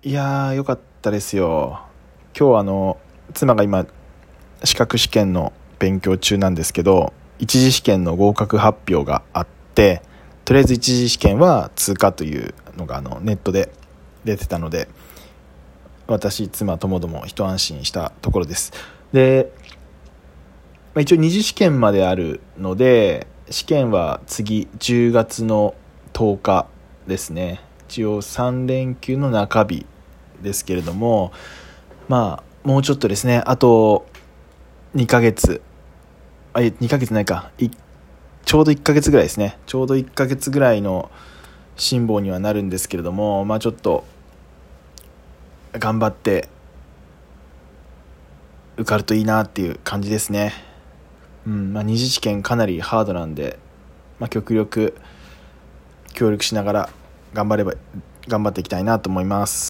いやー、よかったですよ。今日は妻が今資格試験の勉強中なんですけど、一次試験の合格発表があって、とりあえず一次試験は通過というのがネットで出てたので、私、妻ともども一安心したところです。で、一応二次試験まであるので、試験は次10月の10日ですね。一応3連休の中日ですけれども、もうちょっとですね、あと2ヶ月、2ヶ月ないか、ちょうど1ヶ月ぐらいですね。ちょうど1ヶ月ぐらいの辛抱にはなるんですけれども、ちょっと頑張って受かるといいなっていう感じですね。二次試験かなりハードなんで、極力協力しながら頑張っていきたいなと思います。